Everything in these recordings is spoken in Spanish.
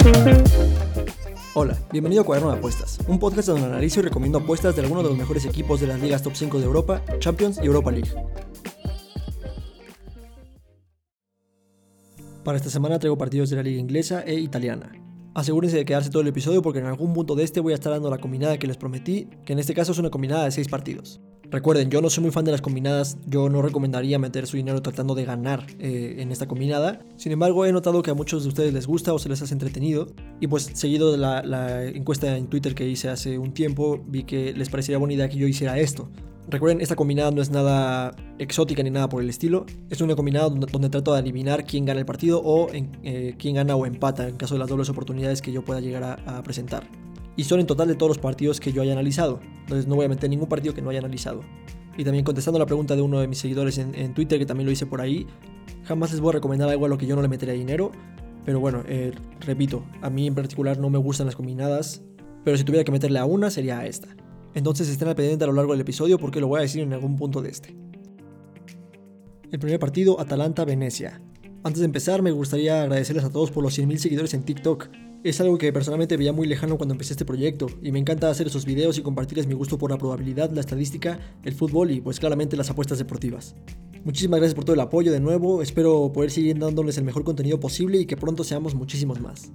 Hola, bienvenido a Cuaderno de Apuestas, un podcast donde analizo y recomiendo apuestas de algunos de los mejores equipos de las ligas top 5 de Europa, Champions y Europa League. Para esta semana traigo partidos de la liga inglesa e italiana. Asegúrense de quedarse todo el episodio porque en algún punto de este voy a estar dando la combinada que les prometí, que en este caso es una combinada de 6 partidos. Recuerden, yo no soy muy fan de las combinadas, yo no recomendaría meter su dinero tratando de ganar en esta combinada. Sin embargo, he notado que a muchos de ustedes les gusta o se les hace entretenido. Y pues seguido de la encuesta en Twitter que hice hace un tiempo, vi que les parecería buena idea que yo hiciera esto. Recuerden, esta combinada no es nada exótica ni nada por el estilo. Es una combinada donde trato de adivinar quién gana el partido o quién gana o empata en caso de las dobles oportunidades que yo pueda llegar a presentar. Y son en total de todos los partidos que yo haya analizado. Entonces no voy a meter ningún partido que no haya analizado. Y también contestando la pregunta de uno de mis seguidores en Twitter, que también lo hice por ahí, jamás les voy a recomendar algo a lo que yo no le metería dinero. Pero bueno, repito, a mí en particular no me gustan las combinadas, pero si tuviera que meterle a una sería a esta. Entonces estén al pendiente a lo largo del episodio porque lo voy a decir en algún punto de este. El primer partido, Atalanta-Venecia. Antes de empezar me gustaría agradecerles a todos por los 100.000 seguidores en TikTok. Es algo que personalmente veía muy lejano cuando empecé este proyecto y me encanta hacer esos videos y compartirles mi gusto por la probabilidad, la estadística, el fútbol y pues claramente las apuestas deportivas. Muchísimas gracias por todo el apoyo de nuevo, espero poder seguir dándoles el mejor contenido posible y que pronto seamos muchísimos más.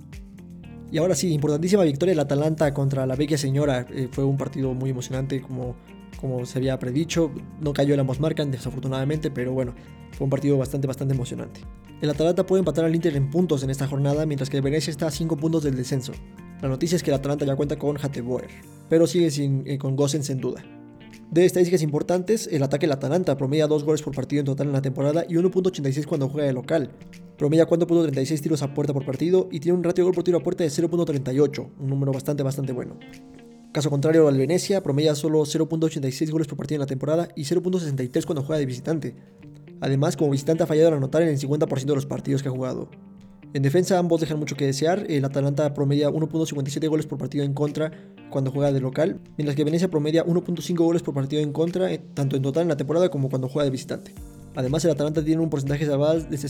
Y ahora sí, importantísima victoria del Atalanta contra la Vecchia Señora. Fue un partido muy emocionante como se había predicho. No cayó el ambos marcan desafortunadamente, pero bueno, fue un partido bastante emocionante. El Atalanta puede empatar al Inter en puntos en esta jornada, mientras que el Venecia está a 5 puntos del descenso. La noticia es que el Atalanta ya cuenta con Hateboer, pero sigue con Gosens en duda. De estadísticas importantes, el ataque del Atalanta promedia 2 goles por partido en total en la temporada y 1.86 cuando juega de local. Promedia 4.36 tiros a puerta por partido y tiene un ratio de gol por tiro a puerta de 0.38, un número bastante bueno. Caso contrario al Venecia, promedia solo 0.86 goles por partido en la temporada y 0.63 cuando juega de visitante. Además, como visitante ha fallado al anotar en el 50% de los partidos que ha jugado. En defensa ambos dejan mucho que desear, el Atalanta promedia 1.57 goles por partido en contra cuando juega de local, mientras que Venecia promedia 1.5 goles por partido en contra, tanto en total en la temporada como cuando juega de visitante. Además, el Atalanta tiene un porcentaje de salvadas de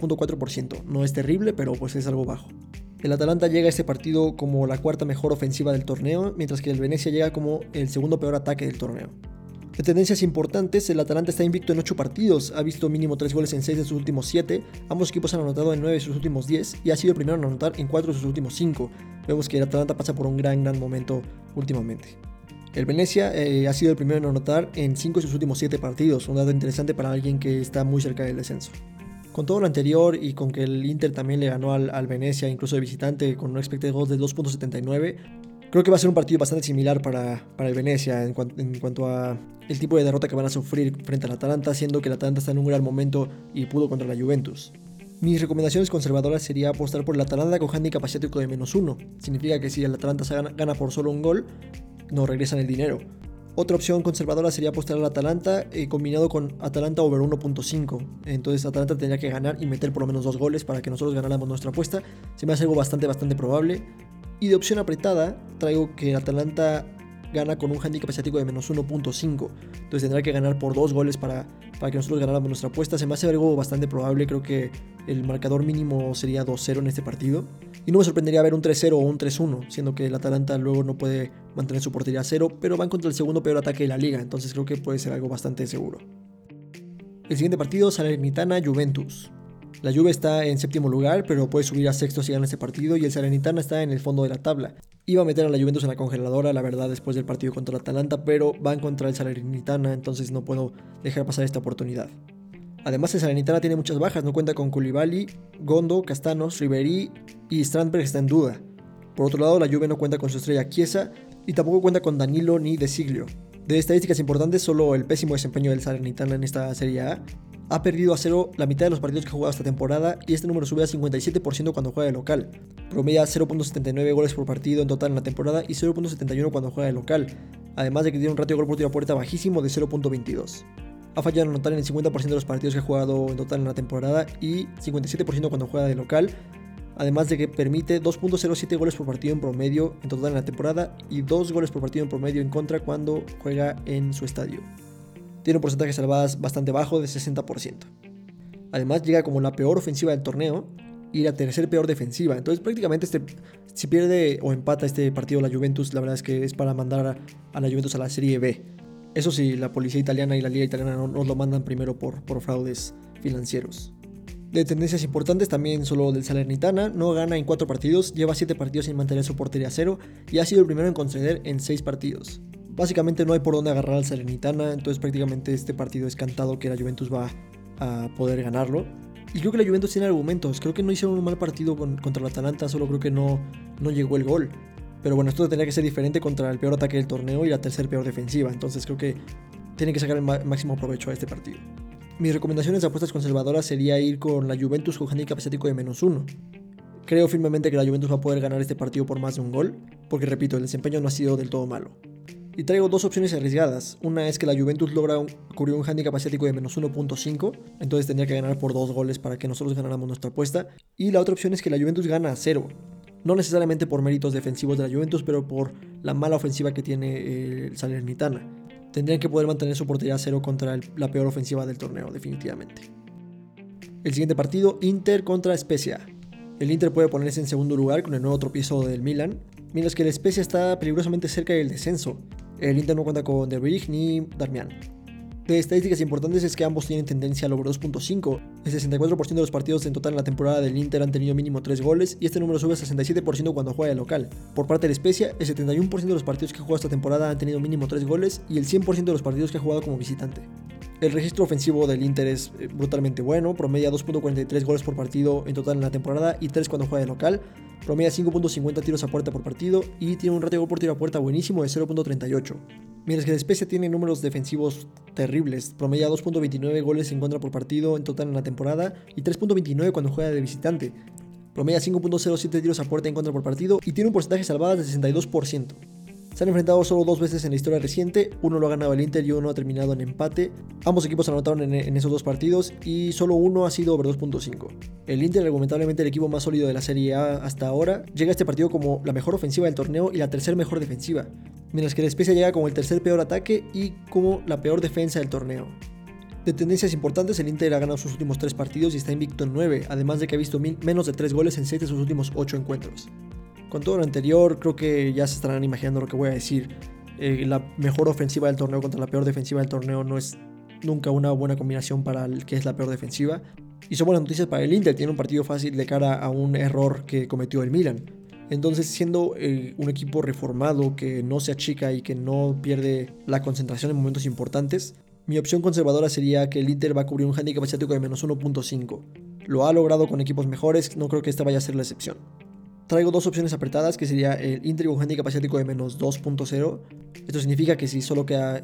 67.4%, no es terrible, pero pues es algo bajo. El Atalanta llega a este partido como la cuarta mejor ofensiva del torneo, mientras que el Venecia llega como el segundo peor ataque del torneo. De tendencias importantes, el Atalanta está invicto en 8 partidos, ha visto mínimo 3 goles en 6 de sus últimos 7, ambos equipos han anotado en 9 de sus últimos 10 y ha sido el primero en anotar en 4 de sus últimos 5. Vemos que el Atalanta pasa por un gran momento últimamente. El Venecia ha sido el primero en anotar en 5 de sus últimos 7 partidos, un dato interesante para alguien que está muy cerca del descenso. Con todo lo anterior y con que el Inter también le ganó al Venecia, incluso de visitante, con un expected goals de 2.79, creo que va a ser un partido bastante similar para el Venecia en cuanto a el tipo de derrota que van a sufrir frente al Atalanta, siendo que el Atalanta está en un gran momento y pudo contra la Juventus. Mis recomendaciones conservadoras sería apostar por el Atalanta con handicap asiático de -1. Significa que si el Atalanta gana por solo un gol, no regresan el dinero. Otra opción conservadora sería apostar al Atalanta combinado con Atalanta over 1.5. Entonces Atalanta tendría que ganar y meter por lo menos 2 goles para que nosotros ganáramos nuestra apuesta. Se me hace algo bastante probable. Y de opción apretada traigo que Atalanta gana con un handicap asiático de -1.5. Entonces tendrá que ganar por 2 goles para que nosotros ganáramos nuestra apuesta. Se me hace algo bastante probable. Creo que el marcador mínimo sería 2-0 en este partido. Y no me sorprendería ver un 3-0 o un 3-1, siendo que el Atalanta luego no puede mantener su portería a 0, pero van contra el segundo peor ataque de la liga, entonces creo que puede ser algo bastante seguro. El siguiente partido, Salernitana-Juventus. La Juve está en séptimo lugar, pero puede subir a sexto si gana este partido, y el Salernitana está en el fondo de la tabla. Iba a meter a la Juventus en la congeladora, la verdad, después del partido contra el Atalanta, pero van contra el Salernitana, entonces no puedo dejar pasar esta oportunidad. Además, el Salernitana tiene muchas bajas, no cuenta con Koulibaly, Gondo, Castanos, Ribéry y Strandberg está en duda. Por otro lado, la Juve no cuenta con su estrella Chiesa y tampoco cuenta con Danilo ni De Siglio. De estadísticas importantes, solo el pésimo desempeño del Salernitana en esta Serie A. Ha perdido a 0 la mitad de los partidos que ha jugado esta temporada y este número sube a 57% cuando juega de local. Promedia 0.79 goles por partido en total en la temporada y 0.71 cuando juega de local, además de que tiene un ratio de gol por tiro a puerta bajísimo de 0.22. Ha fallado en anotar en el 50% de los partidos que ha jugado en total en la temporada y 57% cuando juega de local, además de que permite 2.07 goles por partido en promedio en total en la temporada y 2 goles por partido en promedio en contra cuando juega en su estadio. Tiene un porcentaje de salvadas bastante bajo de 60%. Además llega como la peor ofensiva del torneo y la tercer peor defensiva. Entonces prácticamente si pierde o empata este partido la Juventus, la verdad es que es para mandar a la Juventus a la Serie B. Eso sí, la policía italiana y la liga italiana no lo mandan primero por fraudes financieros. De tendencias importantes también solo del Salernitana, no gana en 4 partidos, lleva 7 partidos sin mantener su portería a 0 y ha sido el primero en conceder en 6 partidos. Básicamente no hay por dónde agarrar al Salernitana, entonces prácticamente este partido es cantado que la Juventus va a poder ganarlo. Y creo que la Juventus tiene argumentos, creo que no hicieron un mal partido contra el Atalanta, solo creo que no llegó el gol. Pero bueno, esto tendría que ser diferente contra el peor ataque del torneo y la tercer peor defensiva, entonces creo que tienen que sacar el máximo provecho a este partido. Mis recomendaciones de apuestas conservadoras sería ir con la Juventus con handicap asiático de -1. Creo firmemente que la Juventus va a poder ganar este partido por más de un gol, porque repito, el desempeño no ha sido del todo malo. Y traigo 2 opciones arriesgadas. Una es que la Juventus logra cubrir un handicap asiático de -1.5, entonces tendría que ganar por 2 goles para que nosotros ganáramos nuestra apuesta. Y la otra opción es que la Juventus gana a 0. No necesariamente por méritos defensivos de la Juventus, pero por la mala ofensiva que tiene el Salernitana. Tendrían que poder mantener su portería a 0 contra la peor ofensiva del torneo, definitivamente. El siguiente partido, Inter contra Spezia. El Inter puede ponerse en segundo lugar con el nuevo tropiezo del Milan, mientras que el Spezia está peligrosamente cerca del descenso. El Inter no cuenta con De Vrij ni Darmian. De estadísticas importantes es que ambos tienen tendencia al over 2.5. El 64% de los partidos en total en la temporada del Inter han tenido mínimo 3 goles y este número sube a 67% cuando juega de local. Por parte del Spezia, el 71% de los partidos que ha jugado esta temporada han tenido mínimo 3 goles y el 100% de los partidos que ha jugado como visitante. El registro ofensivo del Inter es brutalmente bueno, promedia 2.43 goles por partido en total en la temporada y 3 cuando juega de local, promedia 5.50 tiros a puerta por partido y tiene un ratio de gol por tiro a puerta buenísimo de 0.38. Mientras que el Spezia tiene números defensivos terribles, promedia 2.29 goles en contra por partido en total en la temporada y 3.29 cuando juega de visitante, promedia 5.07 tiros a puerta en contra por partido y tiene un porcentaje de salvadas de 62%. Se han enfrentado solo 2 veces en la historia reciente, uno lo ha ganado el Inter y uno ha terminado en empate. Ambos equipos anotaron en esos 2 partidos y solo uno ha sido over 2.5. El Inter, argumentablemente el equipo más sólido de la Serie A hasta ahora, llega a este partido como la mejor ofensiva del torneo y la tercer mejor defensiva, mientras que el Spezia llega como el tercer peor ataque y como la peor defensa del torneo. De tendencias importantes, el Inter ha ganado sus últimos 3 partidos y está invicto en 9, además de que ha visto menos de 3 goles en 6 de sus últimos 8 encuentros. Con todo lo anterior, creo que ya se estarán imaginando lo que voy a decir. La mejor ofensiva del torneo contra la peor defensiva del torneo no es nunca una buena combinación para el que es la peor defensiva. Y son buenas noticias para el Inter, tiene un partido fácil de cara a un error que cometió el Milan. Entonces, siendo un equipo reformado que no se achica y que no pierde la concentración en momentos importantes, mi opción conservadora sería que el Inter va a cubrir un handicap asiático de -1.5. Lo ha logrado con equipos mejores, no creo que esta vaya a ser la excepción. Traigo 2 opciones apretadas, que sería el Inter con un handicap asiático de -2.0. Esto significa que si solo queda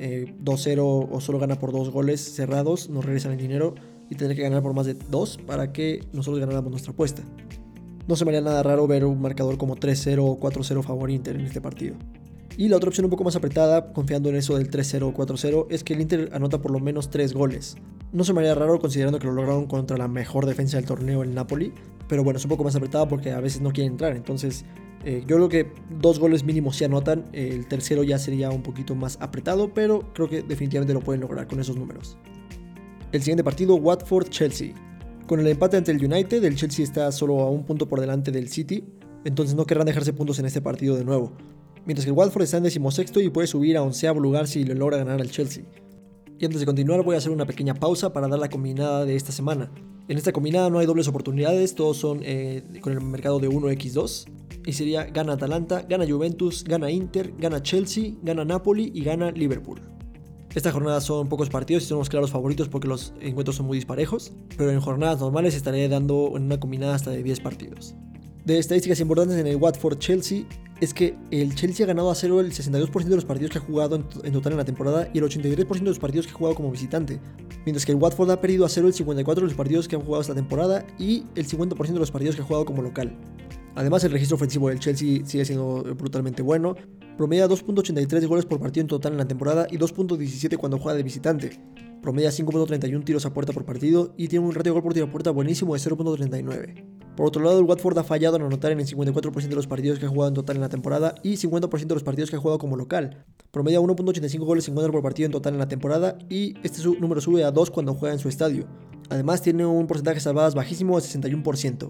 2-0 o solo gana por 2 goles cerrados, nos regresan el dinero y tendrá que ganar por más de 2 para que nosotros ganáramos nuestra apuesta. No se me haría nada raro ver un marcador como 3-0 o 4-0 favor Inter en este partido. Y la otra opción un poco más apretada, confiando en eso del 3-0 o 4-0, es que el Inter anota por lo menos 3 goles. No se me haría raro considerando que lo lograron contra la mejor defensa del torneo, el Napoli, pero bueno, es un poco más apretada porque a veces no quieren entrar, entonces yo creo que 2 goles mínimos se anotan, el tercero ya sería un poquito más apretado, pero creo que definitivamente lo pueden lograr con esos números. El siguiente partido, Watford-Chelsea. Con el empate ante el United, el Chelsea está solo a un punto por delante del City, entonces no querrán dejarse puntos en este partido de nuevo. Mientras que el Watford está en 16º y puede subir a 11º lugar si le logra ganar al Chelsea. Y antes de continuar voy a hacer una pequeña pausa para dar la combinada de esta semana. En esta combinada no hay dobles oportunidades, todos son con el mercado de 1x2. Y sería gana Atalanta, gana Juventus, gana Inter, gana Chelsea, gana Napoli y gana Liverpool. Esta jornada son pocos partidos y son los claros favoritos porque los encuentros son muy disparejos, pero en jornadas normales estaré dando en una combinada hasta de 10 partidos. De estadísticas importantes en el Watford-Chelsea es que el Chelsea ha ganado a 0 el 62% de los partidos que ha jugado en total en la temporada y el 83% de los partidos que ha jugado como visitante, mientras que el Watford ha perdido a 0 el 54% de los partidos que han jugado esta temporada y el 50% de los partidos que ha jugado como local. Además, el registro ofensivo del Chelsea sigue siendo brutalmente bueno, promedia 2.83 goles por partido en total en la temporada y 2.17 cuando juega de visitante, promedia 5.31 tiros a puerta por partido y tiene un ratio de gol por tiro a puerta buenísimo de 0.39. Por otro lado, el Watford ha fallado en anotar en el 54% de los partidos que ha jugado en total en la temporada y 50% de los partidos que ha jugado como local. Promedia 1.85 goles en contra por partido en total en la temporada y este número sube a 2 cuando juega en su estadio. Además, tiene un porcentaje de salvadas bajísimo de 61%.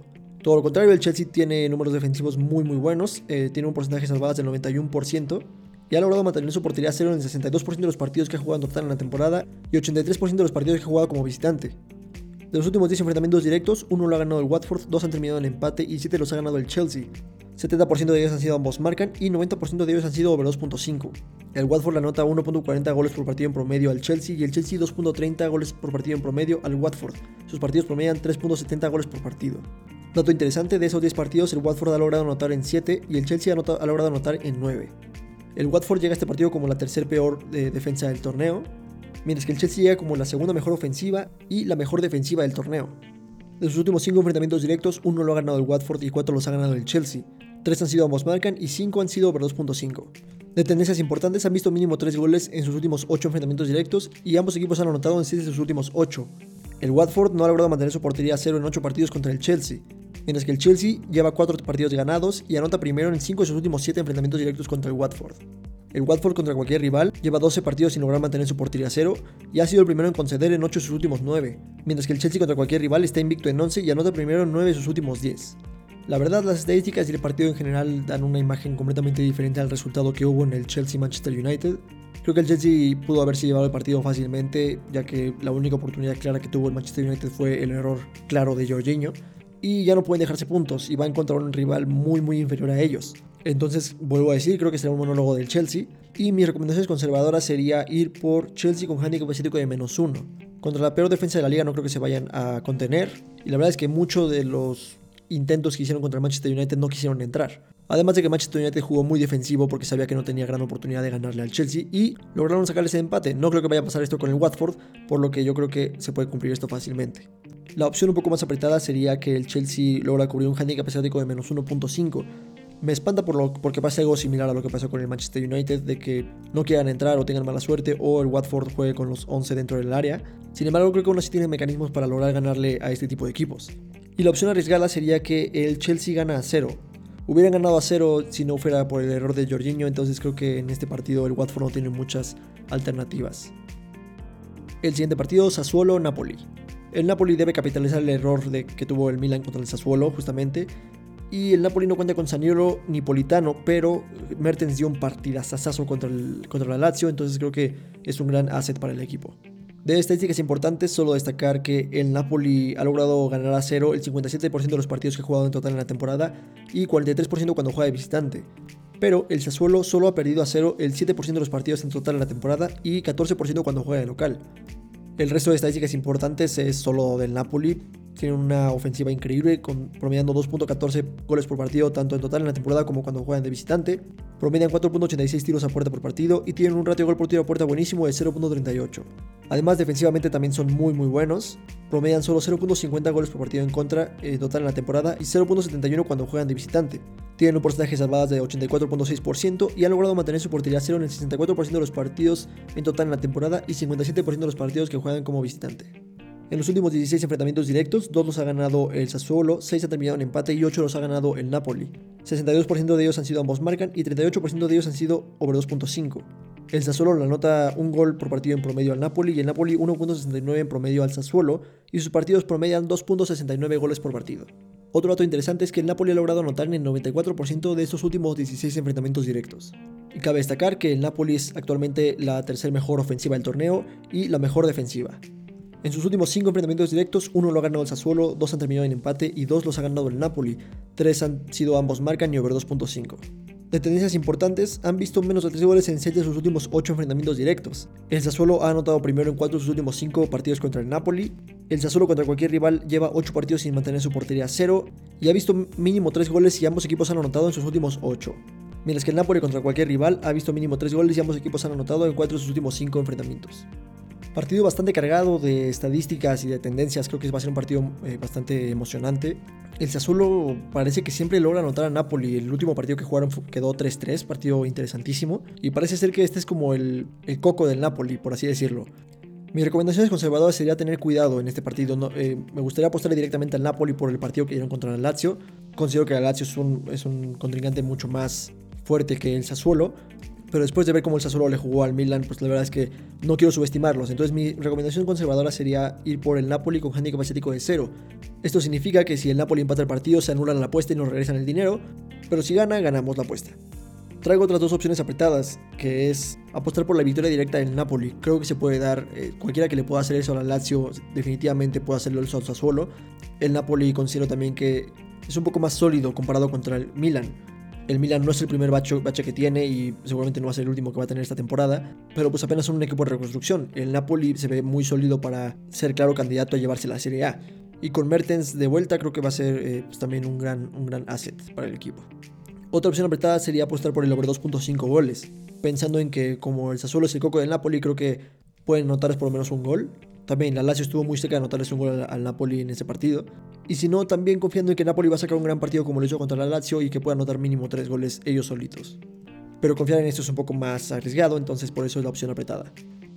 Todo lo contrario, el Chelsea tiene números defensivos muy buenos, tiene un porcentaje de salvadas del 91% y ha logrado mantener su portería a cero en el 62% de los partidos que ha jugado en total en la temporada y 83% de los partidos que ha jugado como visitante. De los últimos 10 enfrentamientos directos, 1 lo ha ganado el Watford, 2 han terminado en empate y 7 los ha ganado el Chelsea. 70% de ellos han sido ambos marcan y 90% de ellos han sido over 2.5. El Watford le anota 1.40 goles por partido en promedio al Chelsea y el Chelsea 2.30 goles por partido en promedio al Watford. Sus partidos promedian 3.70 goles por partido. Dato interesante, de esos 10 partidos el Watford ha logrado anotar en 7 y el Chelsea ha logrado anotar en 9. El Watford llega a este partido como la tercer peor defensa del torneo, mientras que el Chelsea llega como la segunda mejor ofensiva y la mejor defensiva del torneo. De sus últimos 5 enfrentamientos directos, 1 lo ha ganado el Watford y 4 los ha ganado el Chelsea. 3 han sido ambos marcan y 5 han sido over 2.5. De tendencias importantes, han visto mínimo 3 goles en sus últimos 8 enfrentamientos directos y ambos equipos han anotado en 6 de sus últimos 8. El Watford no ha logrado mantener su portería a 0 en 8 partidos contra el Chelsea, mientras que el Chelsea lleva 4 partidos ganados y anota primero en 5 de sus últimos 7 enfrentamientos directos contra el Watford. El Watford contra cualquier rival lleva 12 partidos sin lograr mantener su portería a 0 y ha sido el primero en conceder en 8 de sus últimos 9, mientras que el Chelsea contra cualquier rival está invicto en 11 y anota primero en 9 de sus últimos 10. La verdad, las estadísticas y el partido en general dan una imagen completamente diferente al resultado que hubo en el Chelsea-Manchester United. Creo que el Chelsea pudo haberse llevado el partido fácilmente, ya que la única oportunidad clara que tuvo el Manchester United fue el error claro de Jorginho, y ya no pueden dejarse puntos y va a encontrar un rival muy inferior a ellos. Entonces, vuelvo a decir, creo que será un monólogo del Chelsea, y mis recomendaciones conservadoras sería ir por Chelsea con handicap asiático de -1. Contra la peor defensa de la liga no creo que se vayan a contener, y la verdad es que muchos de los intentos que hicieron contra el Manchester United no quisieron entrar. Además de que Manchester United jugó muy defensivo porque sabía que no tenía gran oportunidad de ganarle al Chelsea y lograron sacarle ese empate. No creo que vaya a pasar esto con el Watford, por lo que yo creo que se puede cumplir esto fácilmente. La opción un poco más apretada sería que el Chelsea logra cubrir un handicap asiático de -1.5. Me espanta porque pasa algo similar a lo que pasó con el Manchester United, de que no quieran entrar o tengan mala suerte o el Watford juegue con los 11 dentro del área. Sin embargo, creo que aún así tienen mecanismos para lograr ganarle a este tipo de equipos. Y la opción arriesgada sería que el Chelsea gana a 0. Hubieran ganado a 0 si no fuera por el error de Jorginho, entonces creo que en este partido el Watford no tiene muchas alternativas. El siguiente partido, Sassuolo-Napoli. El Napoli debe capitalizar el error que tuvo el Milan contra el Sassuolo, justamente. Y el Napoli no cuenta con Zaniolo ni Politano, pero Mertens dio un partidazazo contra la Lazio, entonces creo que es un gran asset para el equipo. De estadísticas importantes, solo destacar que el Napoli ha logrado ganar a 0 el 57% de los partidos que ha jugado en total en la temporada y 43% cuando juega de visitante. Pero el Sassuolo solo ha perdido a 0 el 7% de los partidos en total en la temporada y 14% cuando juega de local. El resto de estadísticas importantes es solo del Napoli. Tienen una ofensiva increíble, promediando 2.14 goles por partido tanto en total en la temporada como cuando juegan de visitante. Promedian 4.86 tiros a puerta por partido y tienen un ratio gol por tiro a puerta buenísimo de 0.38. Además, defensivamente también son muy buenos. Promedian solo 0.50 goles por partido en contra total en la temporada y 0.71 cuando juegan de visitante. Tienen un porcentaje de salvadas de 84.6% y han logrado mantener su portería a 0 en el 64% de los partidos en total en la temporada y 57% de los partidos que juegan como visitante. En los últimos 16 enfrentamientos directos, 2 los ha ganado el Sassuolo, 6 han terminado en empate y 8 los ha ganado el Napoli. 62% de ellos han sido ambos marcan y 38% de ellos han sido over 2.5. El Sassuolo le anota un gol por partido en promedio al Napoli y el Napoli 1.69 en promedio al Sassuolo y sus partidos promedian 2.69 goles por partido. Otro dato interesante es que el Napoli ha logrado anotar en el 94% de estos últimos 16 enfrentamientos directos. Y cabe destacar que el Napoli es actualmente la tercer mejor ofensiva del torneo y la mejor defensiva. En sus últimos 5 enfrentamientos directos, 1 lo ha ganado el Sassuolo, 2 han terminado en empate y 2 los ha ganado el Napoli. 3 han sido ambos marcan y over 2.5. De tendencias importantes, han visto menos de 3 goles en 7 de sus últimos 8 enfrentamientos directos. El Sassuolo ha anotado primero en 4 de sus últimos 5 partidos contra el Napoli. El Sassuolo contra cualquier rival lleva 8 partidos sin mantener su portería a 0 y ha visto mínimo 3 goles y ambos equipos han anotado en sus últimos 8. Mientras que el Napoli contra cualquier rival ha visto mínimo 3 goles y ambos equipos han anotado en 4 de sus últimos 5 enfrentamientos. Partido bastante cargado de estadísticas y de tendencias, creo que va a ser un partido bastante emocionante. El Sassuolo parece que siempre logra anotar a Napoli, el último partido que jugaron quedó 3-3, partido interesantísimo, y parece ser que este es como el coco del Napoli, por así decirlo. Mis recomendaciones conservadoras sería tener cuidado en este partido. Me gustaría apostarle directamente al Napoli por el partido que dieron contra la Lazio. Considero que la Lazio es un contrincante mucho más fuerte que el Sassuolo, pero después de ver cómo el Sassuolo le jugó al Milan, pues la verdad es que no quiero subestimarlos. Entonces mi recomendación conservadora sería ir por el Napoli con handicap asiático de 0. Esto significa que si el Napoli empata el partido, se anula la apuesta y nos regresan el dinero, pero si gana, ganamos la apuesta. Traigo otras dos opciones apretadas, que es apostar por la victoria directa del Napoli. Creo que se puede dar, cualquiera que le pueda hacer eso a la Lazio, definitivamente puede hacerlo el Sassuolo. El Napoli considero también que es un poco más sólido comparado contra el Milan. El Milan no es el primer bache que tiene y seguramente no va a ser el último que va a tener esta temporada, pero pues apenas son un equipo de reconstrucción. El Napoli se ve muy sólido para ser claro candidato a llevarse la Serie A. Y con Mertens de vuelta creo que va a ser pues también un gran asset para el equipo. Otra opción apretada sería apostar por el over 2.5 goles, pensando en que como el Sassuolo es el coco del Napoli, creo que pueden anotar por lo menos un gol. También la Lazio estuvo muy cerca de anotarles un gol al Napoli en ese partido. Y si no, también confiando en que Napoli va a sacar un gran partido como lo hizo contra la Lazio y que pueda anotar mínimo 3 goles ellos solitos. Pero confiar en esto es un poco más arriesgado, entonces por eso es la opción apretada.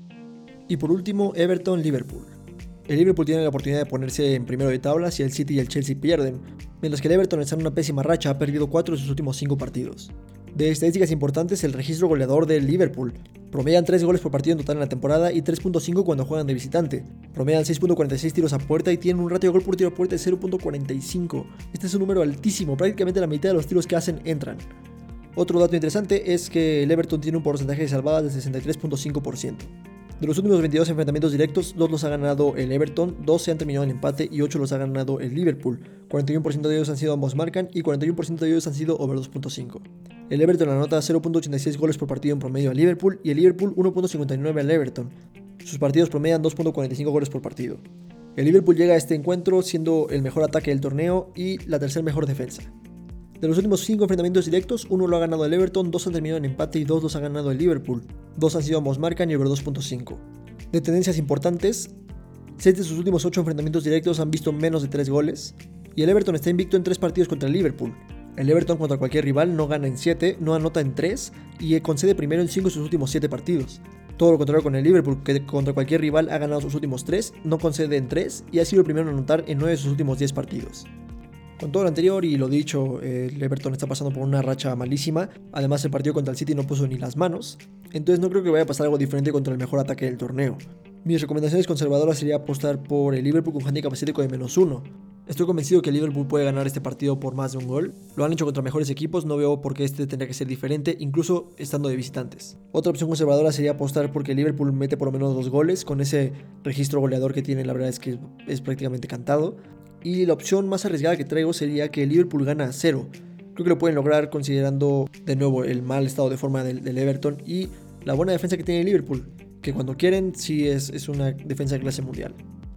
Y por último, Everton-Liverpool. El Liverpool tiene la oportunidad de ponerse en primero de tabla si el City y el Chelsea pierden, mientras que el Everton está en una pésima racha, ha perdido 4 de sus últimos 5 partidos. De estadísticas importantes, el registro goleador del Liverpool. Promedian 3 goles por partido en total en la temporada y 3.5 cuando juegan de visitante. Promedian 6.46 tiros a puerta y tienen un ratio de gol por tiro a puerta de 0.45. Este es un número altísimo, prácticamente la mitad de los tiros que hacen entran. Otro dato interesante es que el Everton tiene un porcentaje de salvadas del 63.5%. De los últimos 22 enfrentamientos directos, 2 los ha ganado el Everton, 2 se han terminado en empate y 8 los ha ganado el Liverpool. 41% de ellos han sido ambos marcan y 41% de ellos han sido over 2.5. El Everton anota 0.86 goles por partido en promedio al Liverpool y el Liverpool 1.59 al Everton. Sus partidos promedian 2.45 goles por partido. El Liverpool llega a este encuentro siendo el mejor ataque del torneo y la tercer mejor defensa. De los últimos 5 enfrentamientos directos, 1 lo ha ganado el Everton, 2 han terminado en empate y 2 los ha ganado el Liverpool. 2 han sido ambos marcan y over 2.5. De tendencias importantes, 6 de sus últimos 8 enfrentamientos directos han visto menos de 3 goles y el Everton está invicto en 3 partidos contra el Liverpool. El Everton contra cualquier rival no gana en 7, no anota en 3 y concede primero en 5 de sus últimos 7 partidos. Todo lo contrario con el Liverpool, que contra cualquier rival ha ganado sus últimos 3, no concede en 3 y ha sido el primero en anotar en 9 de sus últimos 10 partidos. Con todo lo anterior y lo dicho, el Everton está pasando por una racha malísima. Además, el partido contra el City no puso ni las manos. Entonces no creo que vaya a pasar algo diferente contra el mejor ataque del torneo. Mis recomendaciones conservadoras sería apostar por el Liverpool con handicap asiático de -1. Estoy convencido que el Liverpool puede ganar este partido por más de un gol. Lo han hecho contra mejores equipos, no veo por qué este tendría que ser diferente, incluso estando de visitantes. Otra opción conservadora sería apostar porque el Liverpool mete por lo menos 2 goles. Con ese registro goleador que tiene, la verdad es que es prácticamente cantado. Y la opción más arriesgada que traigo sería que el Liverpool gana 0. Creo que lo pueden lograr considerando de nuevo el mal estado de forma del Everton y la buena defensa que tiene el Liverpool, que cuando quieren sí es una defensa de clase mundial.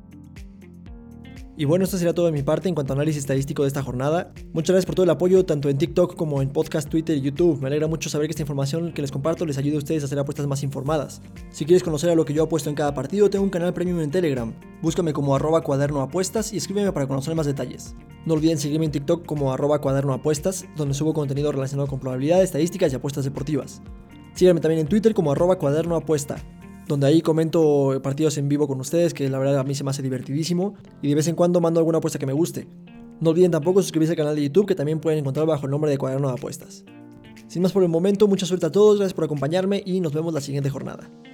Y bueno, esto sería todo de mi parte en cuanto a análisis estadístico de esta jornada. Muchas gracias por todo el apoyo, tanto en TikTok como en podcast, Twitter y YouTube. Me alegra mucho saber que esta información que les comparto les ayude a ustedes a hacer apuestas más informadas. Si quieres conocer a lo que yo apuesto en cada partido, tengo un canal premium en Telegram. Búscame como @cuadernoapuestas y escríbeme para conocer más detalles. No olviden seguirme en TikTok como @cuadernoapuestas, donde subo contenido relacionado con probabilidades, estadísticas y apuestas deportivas. Síganme también en Twitter como @cuadernoapuesta, donde ahí comento partidos en vivo con ustedes, que la verdad a mí se me hace divertidísimo, y de vez en cuando mando alguna apuesta que me guste. No olviden tampoco suscribirse al canal de YouTube, que también pueden encontrar bajo el nombre de Cuaderno de Apuestas. Sin más por el momento, mucha suerte a todos, gracias por acompañarme y nos vemos la siguiente jornada.